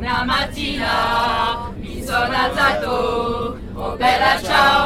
Una mattina mi sono alzato, oh bella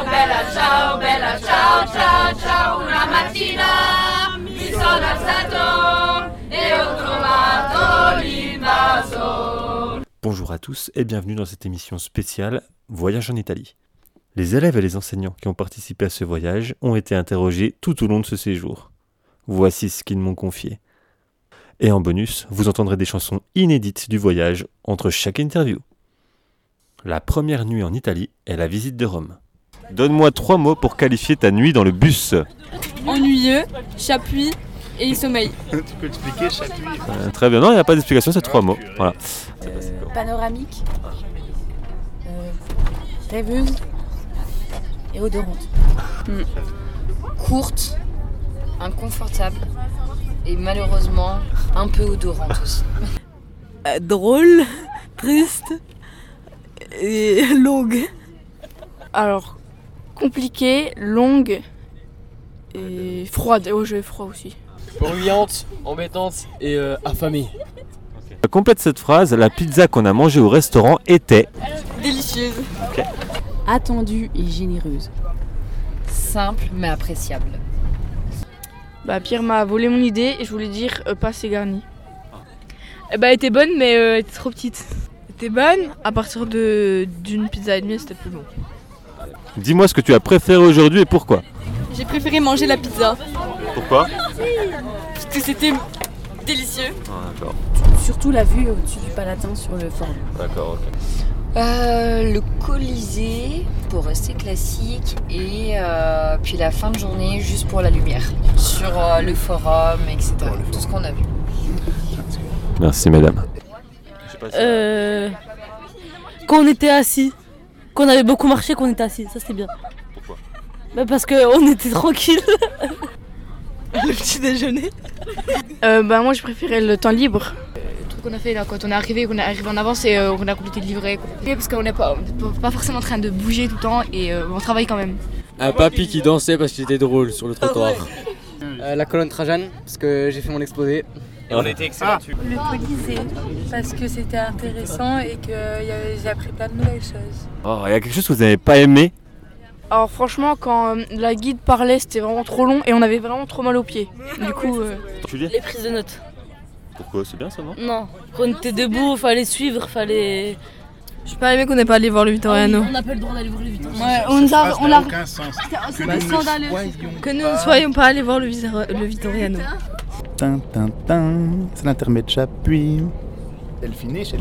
ciao, ciao, ciao. Una mattina mi sono alzato e ho trovato l'invaso. Bonjour à tous et bienvenue dans cette émission spéciale Voyage en Italie. Les élèves et les enseignants qui ont participé à ce voyage ont été interrogés tout au long de ce séjour. Voici ce qu'ils m'ont confié. Et en bonus, vous entendrez des chansons inédites du voyage entre chaque interview. La première nuit en Italie est la visite de Rome. Donne-moi 3 mots pour qualifier ta nuit dans le bus. Ennuyeux, chapuis et sommeil. Tu peux expliquer chapuis Très bien, non, il n'y a pas d'explication, c'est 3 mots. Voilà. Panoramique, rêveuse et odorante. Courte, inconfortable et malheureusement un peu odorante aussi. Drôle, triste et longue. Alors, compliquée, longue et froide. Oh, j'ai froid aussi. Bruyante, embêtante et affamée. Complète cette phrase, la pizza qu'on a mangée au restaurant était... Délicieuse. Attendue et généreuse. Simple mais appréciable. Pierre m'a volé mon idée et je voulais dire pas assez garnie. Elle était bonne mais elle était trop petite. Elle était bonne, à partir d'une pizza et demie c'était plus bon. Dis-moi ce que tu as préféré aujourd'hui et pourquoi. J'ai préféré manger la pizza Pourquoi? parce que c'était délicieux. D'accord, Surtout la vue au-dessus du Palatin sur le forum. d'accord, ok. Le Colisée pour rester classique et puis la fin de journée juste pour la lumière sur le forum, etc. Tout ce qu'on a vu. Merci mesdames. Quand on était assis, qu'on avait beaucoup marché, qu'on était assis, ça c'était bien. Pourquoi? Parce qu'on était tranquille. Le petit déjeuner. Moi j'ai préféré le temps libre. Qu'on a fait là quand on est arrivé en avance et on a complété le livret parce qu'on n'est pas forcément en train de bouger tout le temps et on travaille quand même. Un papy qui dansait parce qu'il était drôle sur le trottoir. La colonne Trajane parce que j'ai fait mon exposé. Et on était excellents dessus. Le Colisée parce que c'était intéressant et que j'ai appris plein de nouvelles choses. Oh, il y a quelque chose que vous n'avez pas aimé? Alors franchement quand la guide parlait c'était vraiment trop long et on avait vraiment trop mal aux pieds. Du coup... Les prises de notes. Pourquoi? C'est bien ça, non? Non, quand on était debout, fallait suivre, fallait... J'ai pas aimé qu'on n'ait pas allé voir le Vittoriano. On n'a pas le droit d'aller voir le Vittoriano. Ouais, on a aucun sens. que nous ne soyons pas allés voir le Vittoriano. C'est l'intermède chapuis. C'est le finish.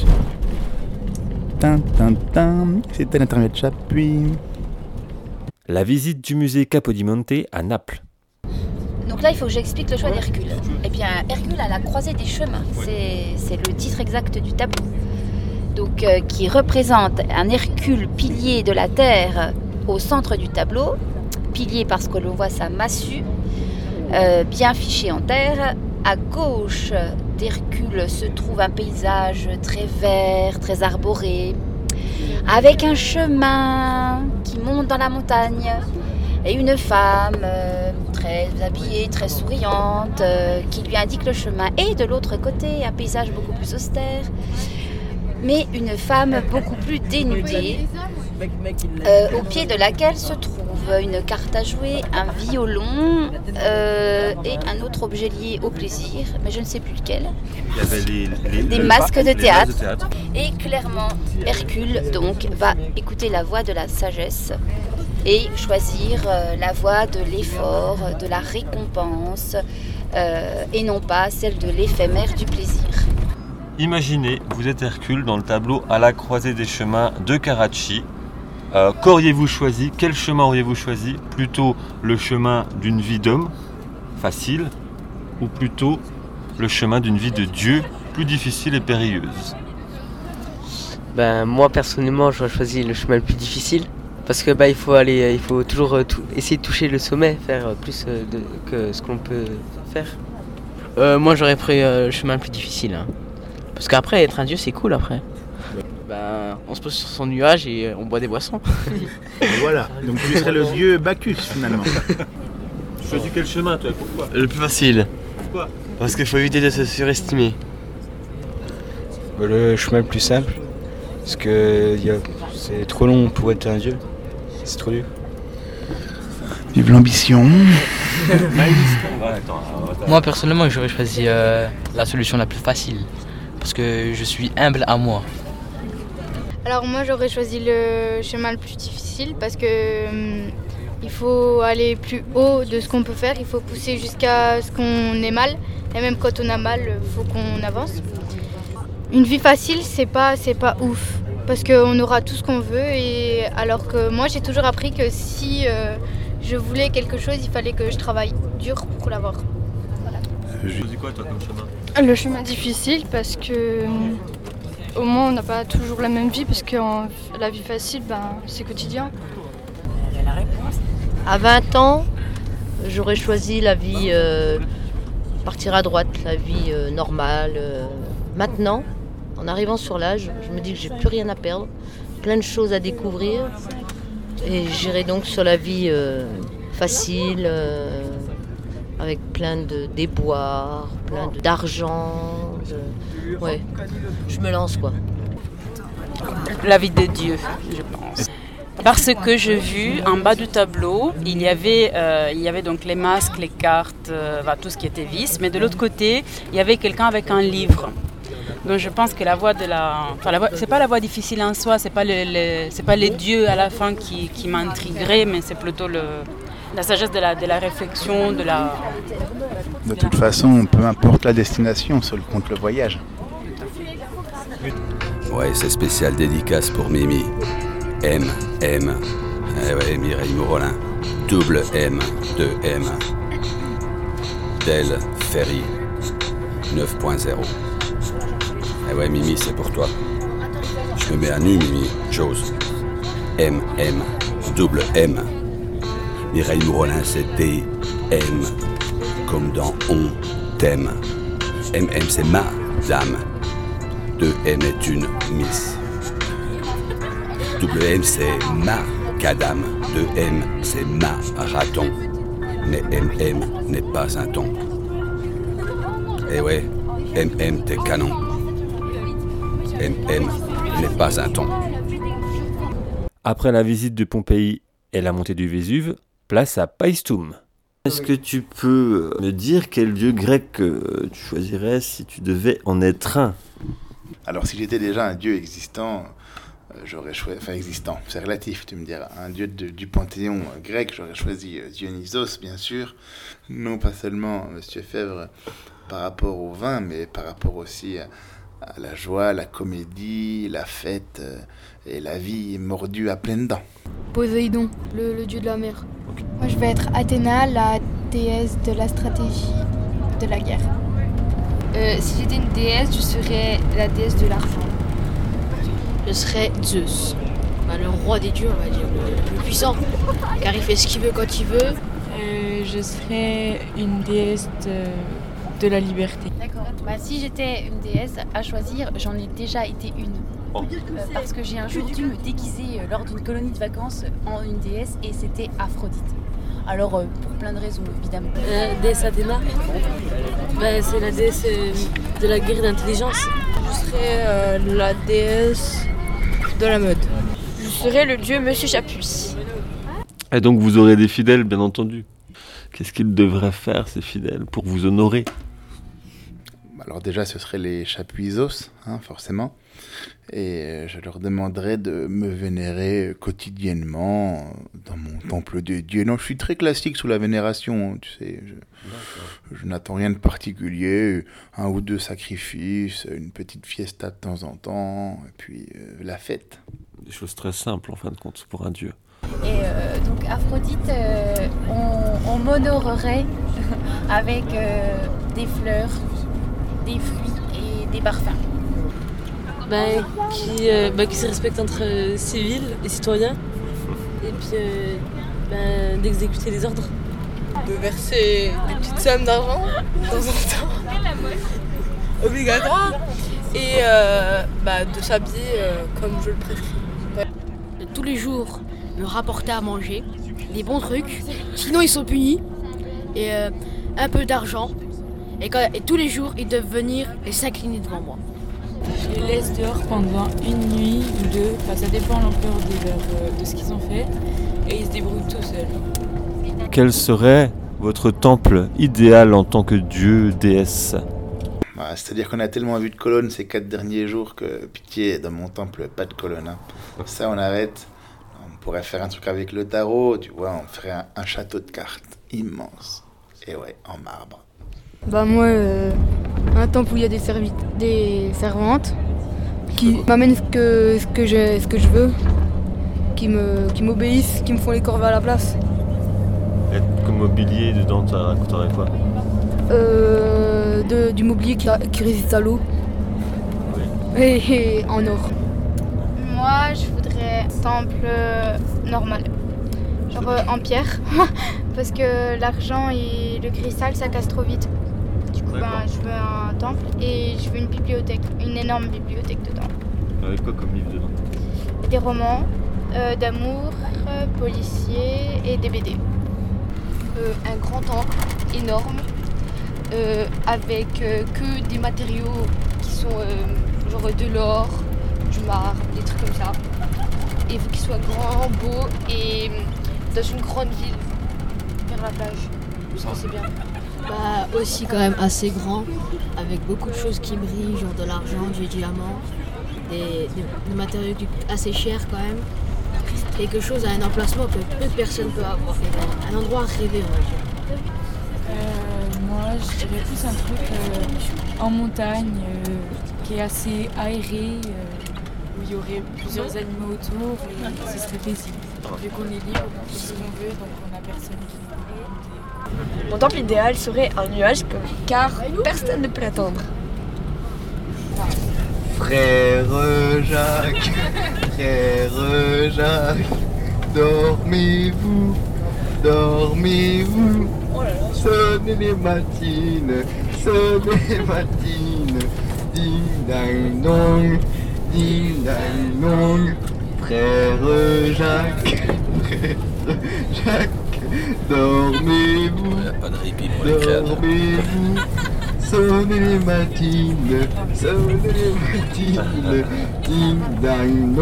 C'était l'intermède chapuis. La visite du musée Capodimonte à Naples. Donc là, il faut que j'explique le choix d'Hercule. Eh bien, Hercule à la croisée des chemins, c'est le titre exact du tableau. Donc, qui représente un Hercule pilier de la terre au centre du tableau. Pilier parce que l'on voit sa massue, bien fichée en terre. À gauche d'Hercule se trouve un paysage très vert, très arboré, avec un chemin qui monte dans la montagne. Et une femme très habillée, très souriante, qui lui indique le chemin. Et de l'autre côté, un paysage beaucoup plus austère, mais une femme beaucoup plus dénudée, au pied de laquelle se trouve une carte à jouer, un violon et un autre objet lié au plaisir, mais je ne sais plus lequel. Il y avait des masques de théâtre. Et clairement, Hercule donc va écouter la voix de la sagesse et choisir la voie de l'effort, de la récompense, et non pas celle de l'éphémère du plaisir. Imaginez, vous êtes Hercule dans le tableau à la croisée des chemins de Carracci. Qu'auriez-vous choisi? Quel chemin auriez-vous choisi? Plutôt le chemin d'une vie d'homme, facile, ou plutôt le chemin d'une vie de Dieu, plus difficile et périlleuse? Moi personnellement j'aurais choisi le chemin le plus difficile. Parce que il faut toujours essayer de toucher le sommet, faire plus que ce qu'on peut faire. Moi j'aurais pris le chemin le plus difficile. Parce qu'après être un dieu c'est cool après. On se pose sur son nuage et on boit des boissons. Voilà, donc tu serais le dieu Bacchus finalement. Tu choisis quel chemin toi? Pourquoi? Le plus facile. Pourquoi? Parce qu'il faut éviter de se surestimer. Le chemin le plus simple, parce que c'est trop long pour être un dieu. C'est trop dur. Vive l'ambition. Moi personnellement j'aurais choisi la solution la plus facile. Parce que je suis humble à moi. Alors moi j'aurais choisi le chemin le plus difficile parce que il faut aller plus haut de ce qu'on peut faire, il faut pousser jusqu'à ce qu'on ait mal. Et même quand on a mal, il faut qu'on avance. Une vie facile, c'est pas ouf. Parce qu'on aura tout ce qu'on veut. Et alors que moi j'ai toujours appris que si je voulais quelque chose, il fallait que je travaille dur pour l'avoir. Voilà. Tu choisis quoi toi comme chemin? Le chemin difficile parce que au moins on n'a pas toujours la même vie parce que la vie facile, c'est quotidien. La réponse. À 20 ans, j'aurais choisi la vie partir à droite, la vie normale. Maintenant, en arrivant sur l'âge, je me dis que j'ai plus rien à perdre, plein de choses à découvrir. Et j'irai donc sur la vie facile, avec plein de déboires, plein d'argent. Ouais, je me lance quoi. La vie de Dieu, je pense. Parce que j'ai vu en bas du tableau, il y avait donc les masques, les cartes, tout ce qui était vis. Mais de l'autre côté, il y avait quelqu'un avec un livre. Donc je pense que la voie c'est pas la voie difficile en soi, c'est pas les dieux à la fin qui m'intrigueraient, mais c'est plutôt la sagesse de la réflexion, de la... De toute façon, peu importe la destination, seul compte le voyage. Ouais, c'est spécial dédicace pour Mimi. M. Eh ouais, Mireille Mourolin. Double M, 2M. Del Ferry 9.0. Eh ouais, Mimi, c'est pour toi. Je me mets à nu, Mimi. Chose. M, double M. Mireille Mourolin, c'est D-M. Comme dans On t'aime. M, c'est ma dame. 2M est une miss. Double M, c'est ma cadame. 2M, c'est ma raton. Mais MM n'est pas un ton. Eh ouais, MM, t'es canon. MM n'est pas un ton. Après la visite de Pompéi et la montée du Vésuve, place à Paestum. Est-ce que tu peux me dire quel dieu grec tu choisirais si tu devais en être un? Alors si j'étais déjà un dieu existant, j'aurais choisi... Enfin existant, c'est relatif, tu me diras. Un dieu du panthéon grec, j'aurais choisi Dionysos, bien sûr. Non pas seulement, Monsieur Fèvre, par rapport au vin, mais par rapport aussi à la joie, la comédie, la fête et la vie mordue à pleines dents. Poséidon, le dieu de la mer. Moi je vais être Athéna, la déesse de la stratégie, de la guerre. Si j'étais une déesse, je serais la déesse de l'argent. Je serais Zeus, le roi des dieux, on va dire, le plus puissant, car il fait ce qu'il veut quand il veut. Je serais une déesse de la liberté. D'accord. Si j'étais une déesse à choisir, j'en ai déjà été une. Parce que j'ai un jour dû me déguiser lors d'une colonie de vacances en une déesse et c'était Aphrodite. Alors pour plein de raisons évidemment. Déesse Athéna, c'est la déesse de la guerre d'intelligence. Je serais la déesse de la mode. Je serais le dieu Monsieur Chapuis. Et donc vous aurez des fidèles, bien entendu. Qu'est-ce qu'ils devraient faire, ces fidèles, pour vous honorer? Alors déjà, ce seraient les Chapuisos, forcément. Et je leur demanderais de me vénérer quotidiennement dans mon temple de Dieu. Non, je suis très classique sous la vénération, tu sais. Je n'attends rien de particulier. 1 ou 2 sacrifices, une petite fiesta de temps en temps, et puis la fête. Des choses très simples, en fin de compte, pour un dieu. Et donc Aphrodite, on m'honorerait avec des fleurs, des fruits et des parfums. Qui se respecte entre civils et citoyens, et puis d'exécuter les ordres. De verser des petites sommes d'argent de temps en temps, obligatoire, et de s'habiller comme je le prescris. Tous les jours, me rapporter à manger, des bons trucs, sinon ils sont punis, et un peu d'argent, et tous les jours ils doivent venir et s'incliner devant moi. Je les laisse dehors pendant une nuit ou deux, enfin, ça dépend de l'ampleur de ce qu'ils ont fait, et ils se débrouillent tout seuls. Quel serait votre temple idéal en tant que dieu, déesse ? C'est-à-dire qu'on a tellement vu de colonnes ces 4 derniers jours que pitié, dans mon temple, pas de colonnes. Hein. Ça, on arrête. On pourrait faire un truc avec le tarot, tu vois, on ferait un château de cartes immense. Et ouais, en marbre. Bah moi, un temple où il y a des servantes qui m'amènent ce que je veux, qui m'obéissent, qui me font les corvées à la place. Être comme mobilier dedans, ça raconterait quoi ? Du mobilier qui résiste à l'eau. Oui. Et en or. Moi, je voudrais un temple normal, genre en pierre, parce que l'argent et le cristal, ça casse trop vite. Du coup, je veux un temple et je veux une bibliothèque, une énorme bibliothèque dedans. Avec quoi comme livre dedans ? Des romans, d'amour, policiers et des BD. Un grand temple énorme avec que des matériaux qui sont genre de l'or, du marbre, des trucs comme ça. Et il faut qu'il soit grand, beau et dans une grande ville, vers la plage. Parce que c'est bien. Bah aussi quand même assez grand, avec beaucoup de choses qui brillent, genre de l'argent, du diamant, des matériaux assez chers quand même. Quelque chose à un emplacement que peu de personnes peuvent avoir. Un endroit à rêver, on va dire. Moi, je dirais plus un truc en montagne, qui est assez aéré, où il y aurait plusieurs animaux autour et ce serait paisible. Vu qu'on est libre, on fait ce qu'on veut, donc on n'a personne qui nous regarde. Mon temple idéal serait un nuage car personne ne peut l'atteindre. Frère Jacques, dormez-vous, sonnez les matines, ding dang dong, frère Jacques, dormez-vous, sonnez les matines, ding dang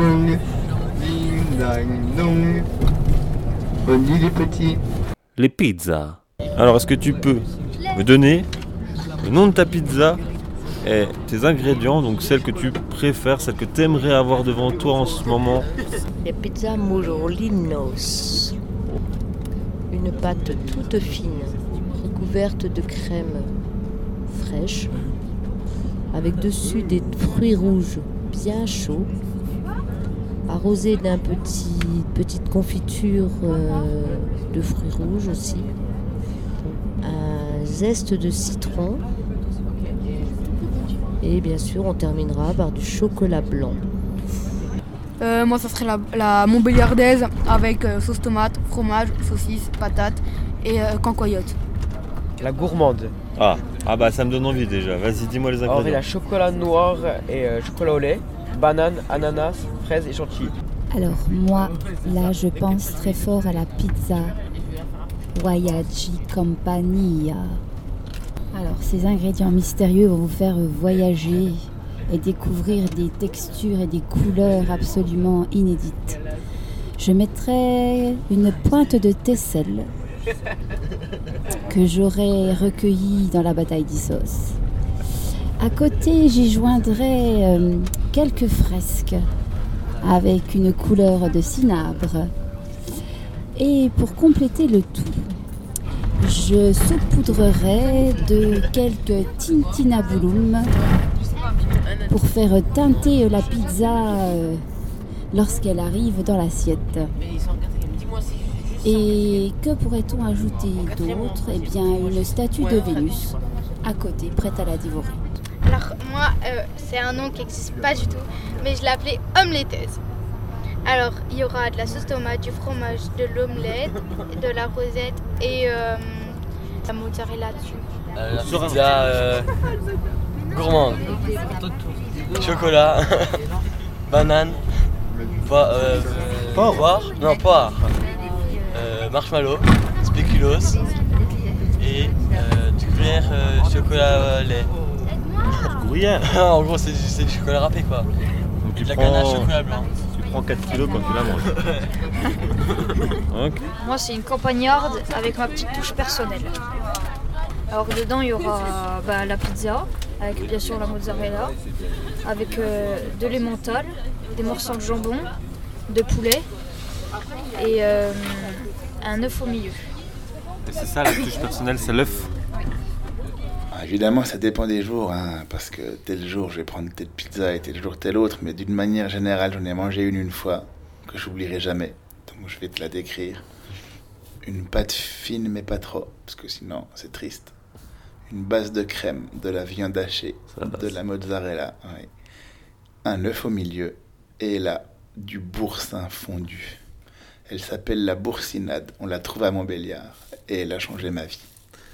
dong, bonne nuit les petits. Les pizzas. Alors, est-ce que tu peux me donner le nom de ta pizza et tes ingrédients, donc celle que tu préfères, celle que tu aimerais avoir devant toi en ce moment? Les pizzas Murolinos. Une pâte toute fine, recouverte de crème fraîche, avec dessus des fruits rouges bien chauds, arrosés d'une petite confiture de fruits rouges aussi, un zeste de citron, et bien sûr on terminera par du chocolat blanc. Moi ça serait la montbéliardaise avec sauce tomate, fromage, saucisse, patates et cancoyote. La gourmande. Ah bah ça me donne envie déjà, vas-y dis-moi les ingrédients. Alors il y a chocolat noir et chocolat au lait, banane, ananas, fraises et chantilly. Alors moi, là je pense très fort à la pizza Voyaggi Compagnia. Alors ces ingrédients mystérieux vont vous faire voyager et découvrir des textures et des couleurs absolument inédites. Je mettrai une pointe de tesselle que j'aurai recueillie dans la bataille d'Issos. À côté, j'y joindrai quelques fresques avec une couleur de cinabre. Et pour compléter le tout, je saupoudrerai de quelques tintinabulum pour faire teinter la pizza lorsqu'elle arrive dans l'assiette. Et que pourrait-on ajouter d'autre ? Eh bien, une statue de Vénus à côté, prête à la dévorer. Alors moi, c'est un nom qui n'existe pas du tout, mais je l'appelais omeletteuse. Alors, il y aura de la sauce tomate, du fromage, de l'omelette, de la rosette et la mozzarella dessus. La pizza gourmande. Chocolat, banane, poire, marshmallow, spéculoos et du clair chocolat lait. gruyère. En gros, c'est du chocolat râpé quoi. Donc tu De la prends, ganache chocolat blanc. tu prends 4 kilos quand tu la manges. Ok. Moi, c'est une campagnarde avec ma petite touche personnelle. Alors dedans, il y aura la pizza, avec bien sûr la mozzarella, avec de l'emmental, des morceaux de jambon, de poulet et un œuf au milieu. Et c'est ça la touche personnelle, c'est l'œuf. Évidemment, ça dépend des jours, hein, parce que tel jour, je vais prendre telle pizza et tel jour, telle autre, mais d'une manière générale, j'en ai mangé une fois, que j'oublierai jamais. Donc je vais te la décrire. Une pâte fine, mais pas trop, parce que sinon, c'est triste. Une base de crème, de la viande hachée, de la mozzarella, oui. Un œuf au milieu, et là, du boursin fondu. Elle s'appelle la boursinade, on la trouve à Montbéliard, et elle a changé ma vie.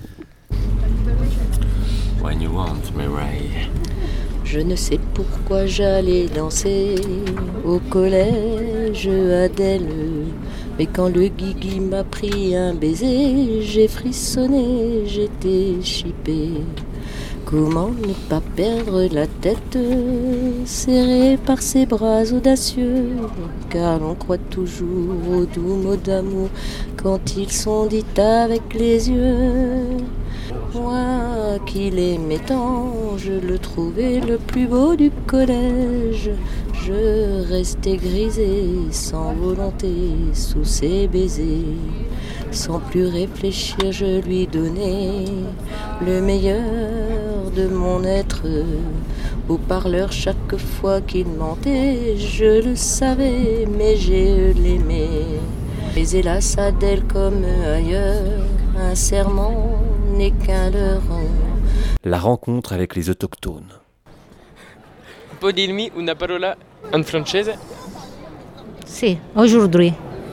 When you want me right. Je ne sais pourquoi j'allais danser au collège Adèle. Mais quand le guigui m'a pris un baiser, j'ai frissonné, j'étais chippée. Comment ne pas perdre la tête, serrée par ses bras audacieux, car l'on croit toujours aux doux mots d'amour quand ils sont dits avec les yeux. Moi qui l'aimais tant, je le trouvais le plus beau du collège. Je restais grisée sans volonté sous ses baisers. Sans plus réfléchir, je lui donnais le meilleur de mon être. Au parleur, chaque fois qu'il mentait, je le savais, mais je l'aimais. Mais hélas, Adèle comme ailleurs, un serment n'est qu'un leurre. La rencontre avec les autochtones. Può dirmi una parola en francese? Sì, aujourd'hui.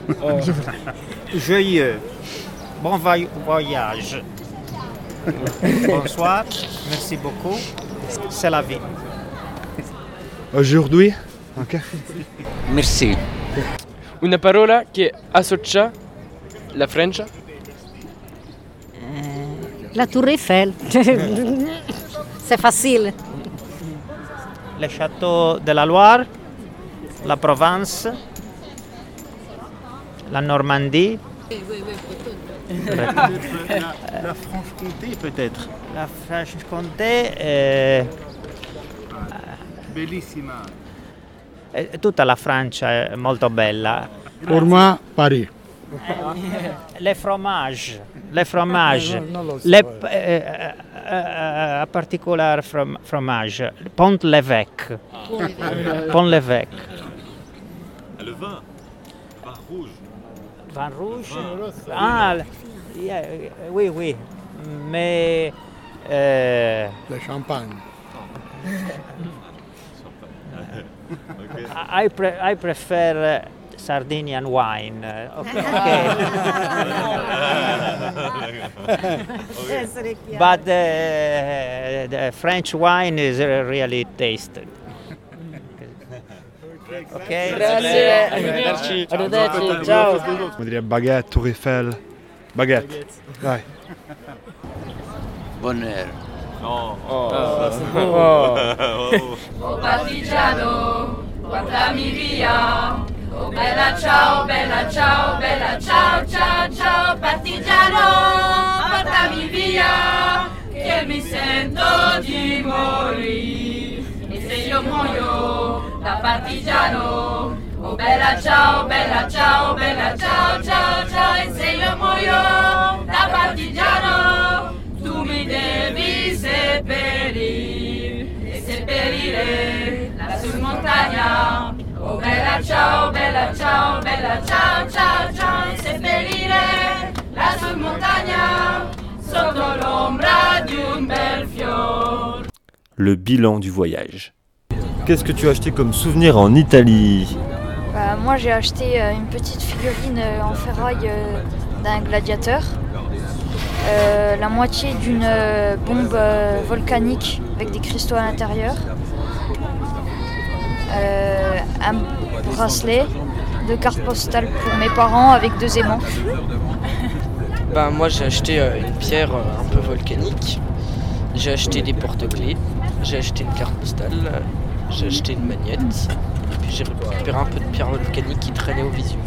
Joyeux. Bon voyage. Bonsoir. Merci beaucoup. C'est la vie. Aujourd'hui. Ok. Merci. Una parola che associa la Francia? La Tour Eiffel. C'est facile. Le château de la Loire, la Provence, la Normandie. La Franche-Comté peut-être. La Franche-Comté. Bellissima. Tutta la Francia è molto bella. Pour moi, Paris. Les fromages, a particolare fromage, Pont-l'Évêque. Pont-l'Évêque. Le vin. Vin rouge. Vin rouge? Ah, oui. Mais... Le champagne. I prefer Sardinian wine. Okay. But the French wine is really tasty. Ok. Grazie. Arrivederci. Arrivederci. Ciao. On dirait baguette, Tour Eiffel. Baguette. Ouais. Bonheur. Oh partigiano, portami via. Oh bella ciao, ciao, partigiano, portami via, che mi sento di morire. E se io muoio da partigiano, oh bella ciao, ciao, e se io muoio da partigiano, tu mi devi seppellire, e seppellire lassù in montagna. Oh bella ciao, ciao, e seppellire lassù in montagna, sotto l'ombra di un bel fiore. Le bilan du voyage. Qu'est-ce que tu as acheté comme souvenir en Italie? Moi j'ai acheté une petite figurine en ferraille d'un gladiateur, la moitié d'une bombe volcanique avec des cristaux à l'intérieur, un bracelet, 2 cartes postales pour mes parents avec 2 aimants. Moi j'ai acheté une pierre un peu volcanique, j'ai acheté des porte-clés, J'ai acheté une carte postale, j'ai acheté une magnette, et puis j'ai récupéré un peu de pierre volcanique qui traînait au visu.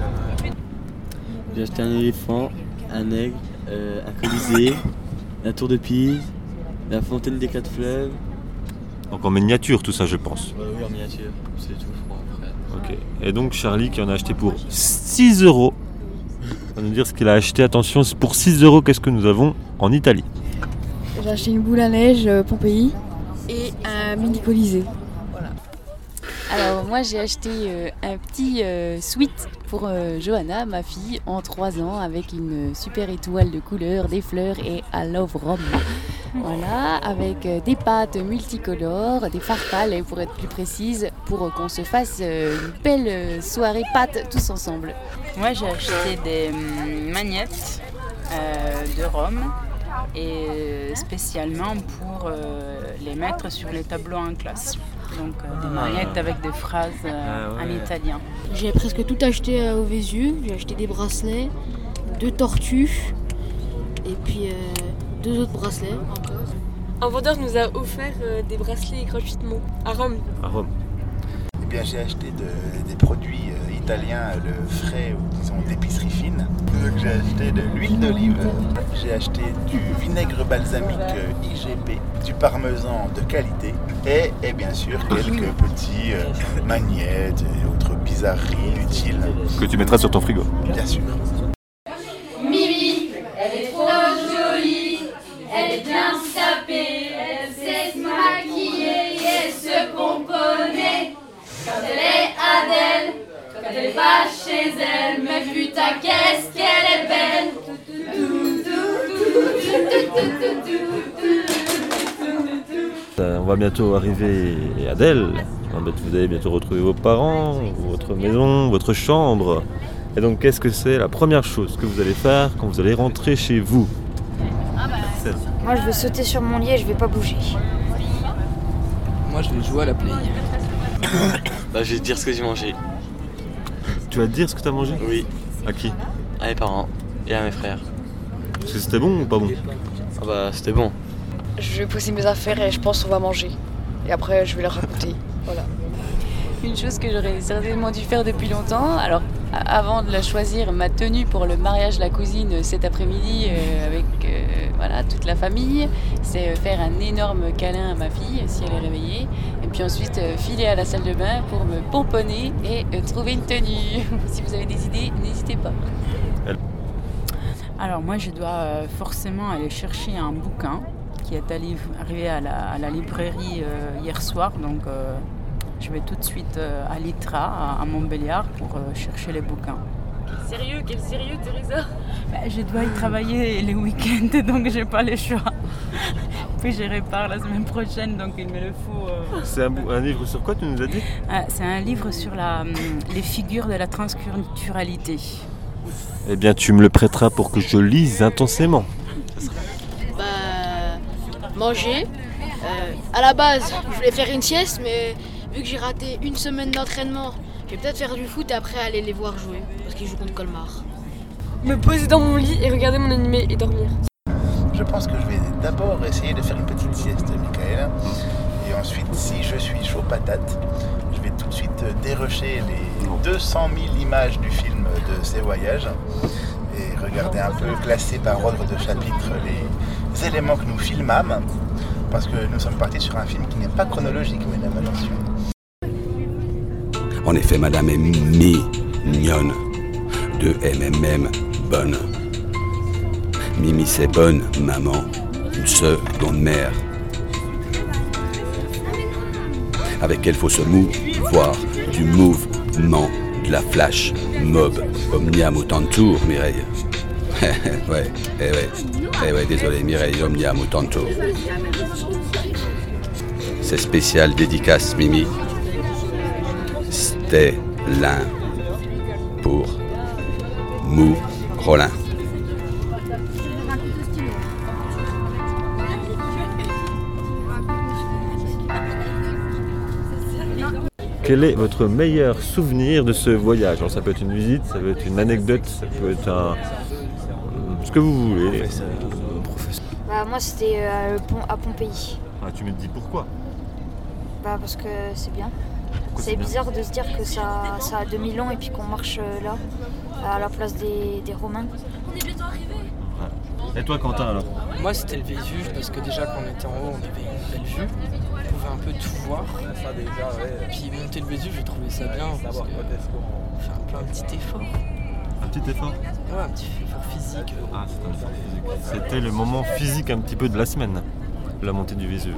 J'ai acheté un éléphant, un aigle, un colisée, la tour de Pise, la fontaine des 4 fleuves. Donc en miniature tout ça je pense. Oui, en miniature, c'est tout je crois après. Ok. Et donc Charlie qui en a acheté pour 6 €. On va nous dire ce qu'il a acheté. Attention, c'est pour 6 € qu'est-ce que nous avons en Italie. J'ai acheté une boule à neige Pompéi et un mini colisée. Alors moi j'ai acheté un petit sweat pour Johanna, ma fille, en 3 ans, avec une super étoile de couleur, des fleurs et I love Rome. Voilà, avec des pâtes multicolores, des farfales, et pour être plus précise, pour qu'on se fasse une belle soirée pâtes tous ensemble. Moi j'ai acheté des magnettes de Rome, et spécialement pour les mettre sur les tableaux en classe. Donc des magnettes avec des phrases en italien. J'ai presque tout acheté au Vésu. J'ai acheté des bracelets, 2 tortues et puis 2 autres bracelets encore. Un vendeur nous a offert des bracelets gratuitement à Rome. À Rome. Eh bien, j'ai acheté des produits italiens, le frais, ou disons d'épicerie fine. Donc, j'ai acheté de l'huile d'olive, j'ai acheté du vinaigre balsamique IGP, du parmesan de qualité et bien sûr quelques petits magnettes et autres bizarreries inutiles. Que tu mettras sur ton frigo. Bien sûr. Mimi, elle est trop jolie, elle est bien sapée, elle sait se maquiller et se pomponner. Quand elle est Adèle, quand elle est pas chez elle, mais putain qu'est-ce qu'elle est belle. On va bientôt arriver à Adèle. Vous allez bientôt retrouver vos parents, votre maison, votre chambre. Et donc qu'est-ce que c'est la première chose que vous allez faire quand vous allez rentrer chez vous? Moi je vais sauter sur mon lit et je vais pas bouger. Moi je vais jouer à la play. Bah, je vais te dire ce que j'ai mangé. Tu vas te dire ce que tu as mangé? Oui. À qui? À mes parents et à mes frères. Est-ce que c'était bon ou pas bon? Ah bah c'était bon. Je vais poser mes affaires et je pense qu'on va manger. Et après je vais leur raconter. Voilà. Une chose que j'aurais certainement dû faire depuis longtemps, alors avant de la choisir, ma tenue pour le mariage de la cousine cet après-midi avec voilà, toute la famille, c'est faire un énorme câlin à ma fille si elle est réveillée, et puis ensuite filer à la salle de bain pour me pomponner et trouver une tenue. Si vous avez des idées, n'hésitez pas. Alors moi je dois forcément aller chercher un bouquin qui est arrivé à la librairie hier soir, donc je vais tout de suite à l'ITRA, à Montbéliard, pour chercher les bouquins. Quel sérieux, Teresa? Je dois y travailler les week-ends, donc j'ai pas le choix. Puis je répare la semaine prochaine, donc il me le faut. C'est un livre sur quoi, tu nous as dit? C'est un livre sur les figures de la transculturalité. Eh bien, tu me le prêteras pour que je lise intensément. Manger. À la base, je voulais faire une sieste, mais vu que j'ai raté une semaine d'entraînement, je vais peut-être faire du foot et après aller les voir jouer, parce qu'ils jouent contre Colmar. Me poser dans mon lit et regarder mon animé et dormir. Je pense que je vais d'abord essayer de faire une petite sieste, Michael. Et ensuite, si je suis chaud patate, je vais tout de suite dérocher les 200 000 images du film de ces voyages et regarder un peu, classer par ordre de chapitre les éléments que nous filmâmes, parce que nous sommes partis sur un film qui n'est pas chronologique, mesdames, attention. En effet, madame est mignonne. De MMM, bonne. Mimi, c'est bonne, maman. Une seconde mère. Avec elle, faut se mouvoir du mouvement, de la flash mob. Omniam autant de tours, Mireille. ouais, désolé, Mireille, omniam autant de tours. C'est spécial, dédicace, Mimi. Stélin pour Mou Rollin. Quel est votre meilleur souvenir de ce voyage? Alors, ça peut être une visite, ça peut être une anecdote, ça peut être ce que vous voulez. Moi c'était à Pompéi. Ah, tu me dis pourquoi? Bah parce que c'est bien. Pourquoi C'est bien bizarre de se dire que ça a 2000 ans et puis qu'on marche là, à la place des Romains. On est bientôt arrivés. Et toi, Quentin, alors? Moi, c'était le Vésuve parce que déjà, quand on était en haut, on avait une belle vue. On pouvait un peu tout voir. Puis monter le Vésuve, j'ai trouvé ça bien parce qu'on fait un peu un petit effort. Un petit effort? Ouais, un petit effort physique. Ah, c'était un effort physique. C'était le moment physique un petit peu de la semaine, la montée du Vésuve.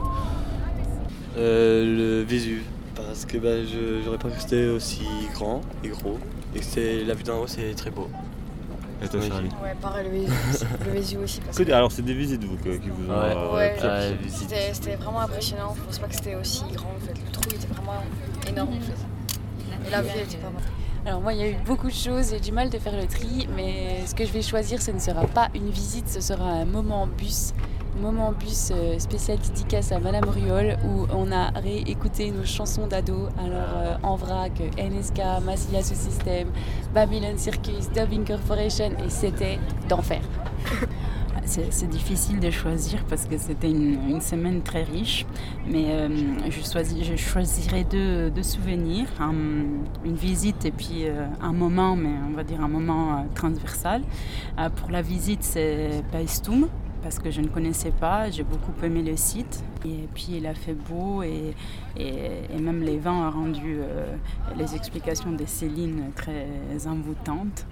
Le Vésuve, parce que j'aurais pas cru que c'était aussi grand et gros. Et que la vue d'en haut, c'est très beau. Et toi, Charlie? Ouais, pareil, le Vésuve aussi. Parce que... Alors, c'est des visites, vous, qui vous ont... Ouais, c'était vraiment impressionnant. Je pense pas que c'était aussi grand, en fait. Le trou était vraiment énorme, en fait. Et la vue était pas mal. Alors moi, il y a eu beaucoup de choses, j'ai du mal de faire le tri, mais ce que je vais choisir, ce ne sera pas une visite, ce sera un moment bus. Moment bus spécial dédicace à Madame Ruol, où on a réécouté nos chansons d'ado. Alors En Vrac, NSK, Massilia Sous System, Babylon Circus, Dub Incorporation, et c'était d'enfer. C'est difficile de choisir parce que c'était une semaine très riche, mais je choisirais deux souvenirs, une visite et puis un moment, mais on va dire un moment transversal. Pour la visite, c'est Paestum, parce que je ne connaissais pas, j'ai beaucoup aimé le site. Et puis il a fait beau et même les vents ont rendu les explications de Céline très envoûtantes.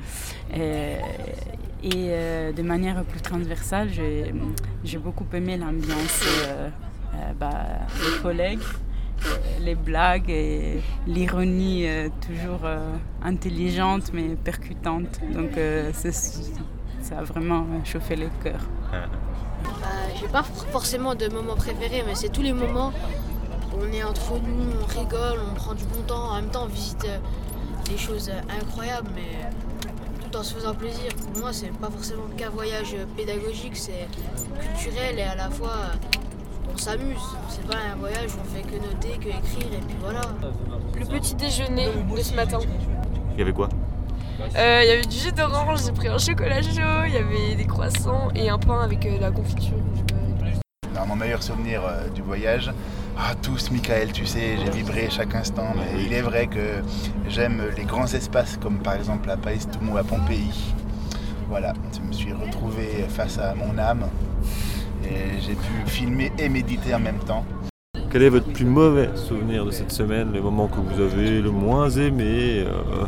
Et de manière plus transversale, j'ai beaucoup aimé l'ambiance, les collègues, les blagues et l'ironie toujours intelligente mais percutante. Donc ça a vraiment chauffé le cœur. J'ai pas forcément de moment préféré, mais c'est tous les moments où on est entre nous, on rigole, on prend du bon temps, en même temps on visite des choses incroyables, mais tout en se faisant plaisir. Pour moi, c'est pas forcément qu'un voyage pédagogique, c'est culturel et à la fois on s'amuse. C'est pas un voyage où on fait que noter, que écrire et puis voilà. Le petit déjeuner de ce matin. Il y avait quoi? Il y avait du jus d'orange, j'ai pris un chocolat chaud, il y avait des croissants et un pain avec la confiture. Alors, mon meilleur souvenir du voyage, tous, Michael, tu sais, j'ai vibré chaque instant, mais il est vrai que j'aime les grands espaces comme par exemple à Paestum ou à Pompéi. Voilà, je me suis retrouvé face à mon âme et j'ai pu filmer et méditer en même temps. Quel est votre plus mauvais souvenir de cette semaine, le moment que vous avez le moins aimé?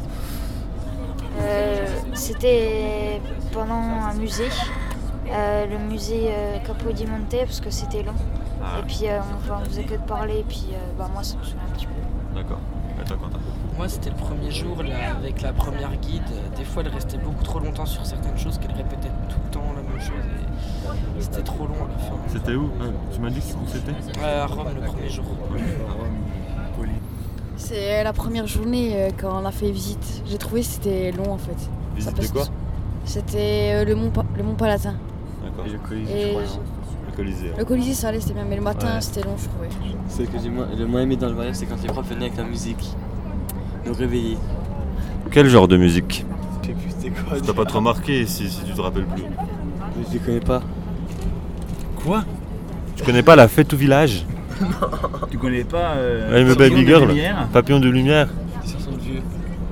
C'était pendant un musée, le musée Capodimonte, parce que c'était long. Et puis on faisait que de parler, et puis moi ça me souvient un petit peu. D'accord. Et toi, Quentin? Moi, c'était le premier jour là, avec la première guide. Des fois, elle restait beaucoup trop longtemps sur certaines choses, qu'elle répétait tout le temps la même chose. Et c'était trop long à la fin. C'était où? Tu m'as dit où c'était? À Rome, le premier jour. À Rome. C'est la première journée quand on a fait visite. J'ai trouvé que c'était long en fait. Visite de quoi? C'était le Mont Palatin. D'accord. Et le Colisée, je crois. Le Colisée. Le Colisée, ça allait, c'était bien, mais le matin, c'était long, je trouvais. Ce que j'ai le moins aimé dans le voyage, c'est quand les profs venaient avec la musique, nous réveiller. Quel genre de musique? C'était quoi? Ça t'a pas trop marqué si tu te rappelles plus? Mais je les connais pas. Quoi? Tu connais pas la fête au village? Tu connais pas I'm a Baby Girl, Papillon de lumière? Ils sont vieux.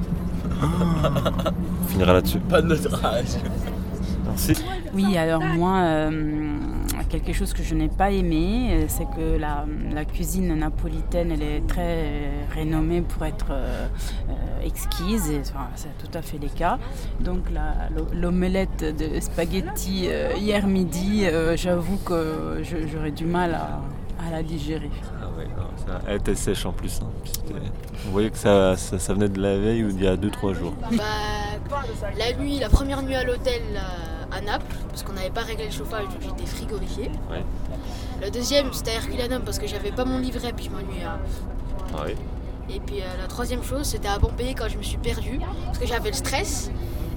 On finira là-dessus. Pas de notre âge. Merci. Oui, alors moi, quelque chose que je n'ai pas aimé, c'est que la cuisine napolitaine, elle est très renommée pour être exquise, et c'est tout à fait le cas. Donc l'omelette de spaghetti hier midi, j'avoue que j'aurais du mal à la digérer. Ah ouais, non, elle était sèche en plus. On voyait que ça venait de la veille ou d'il y a 2-3 jours. La première nuit à l'hôtel à Naples, parce qu'on n'avait pas réglé le chauffage, donc j'étais frigorifié. Ouais. Le deuxième, c'était à Herculanum, parce que j'avais pas mon livret, puis je m'ennuyais. Ah oui. Et puis la troisième chose, c'était à Pompéi quand je me suis perdue, parce que j'avais le stress.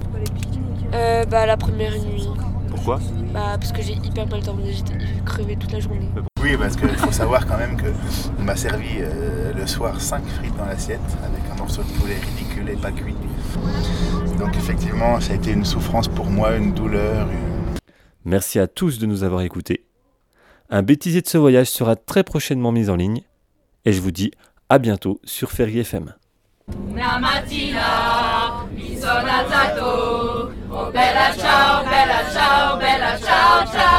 La première nuit. Pourquoi? Parce que j'ai hyper mal dormi, j'étais crevé toute la journée. Oui, parce qu'il faut savoir quand même qu'on m'a servi le soir 5 frites dans l'assiette avec un morceau de poulet ridicule et pas cuit. Donc effectivement, ça a été une souffrance pour moi, une douleur. Merci à tous de nous avoir écoutés. Un bêtisier de ce voyage sera très prochainement mis en ligne et je vous dis à bientôt sur Ferry FM. Una mattina mi sono alzato, oh bella ciao, ciao, ciao.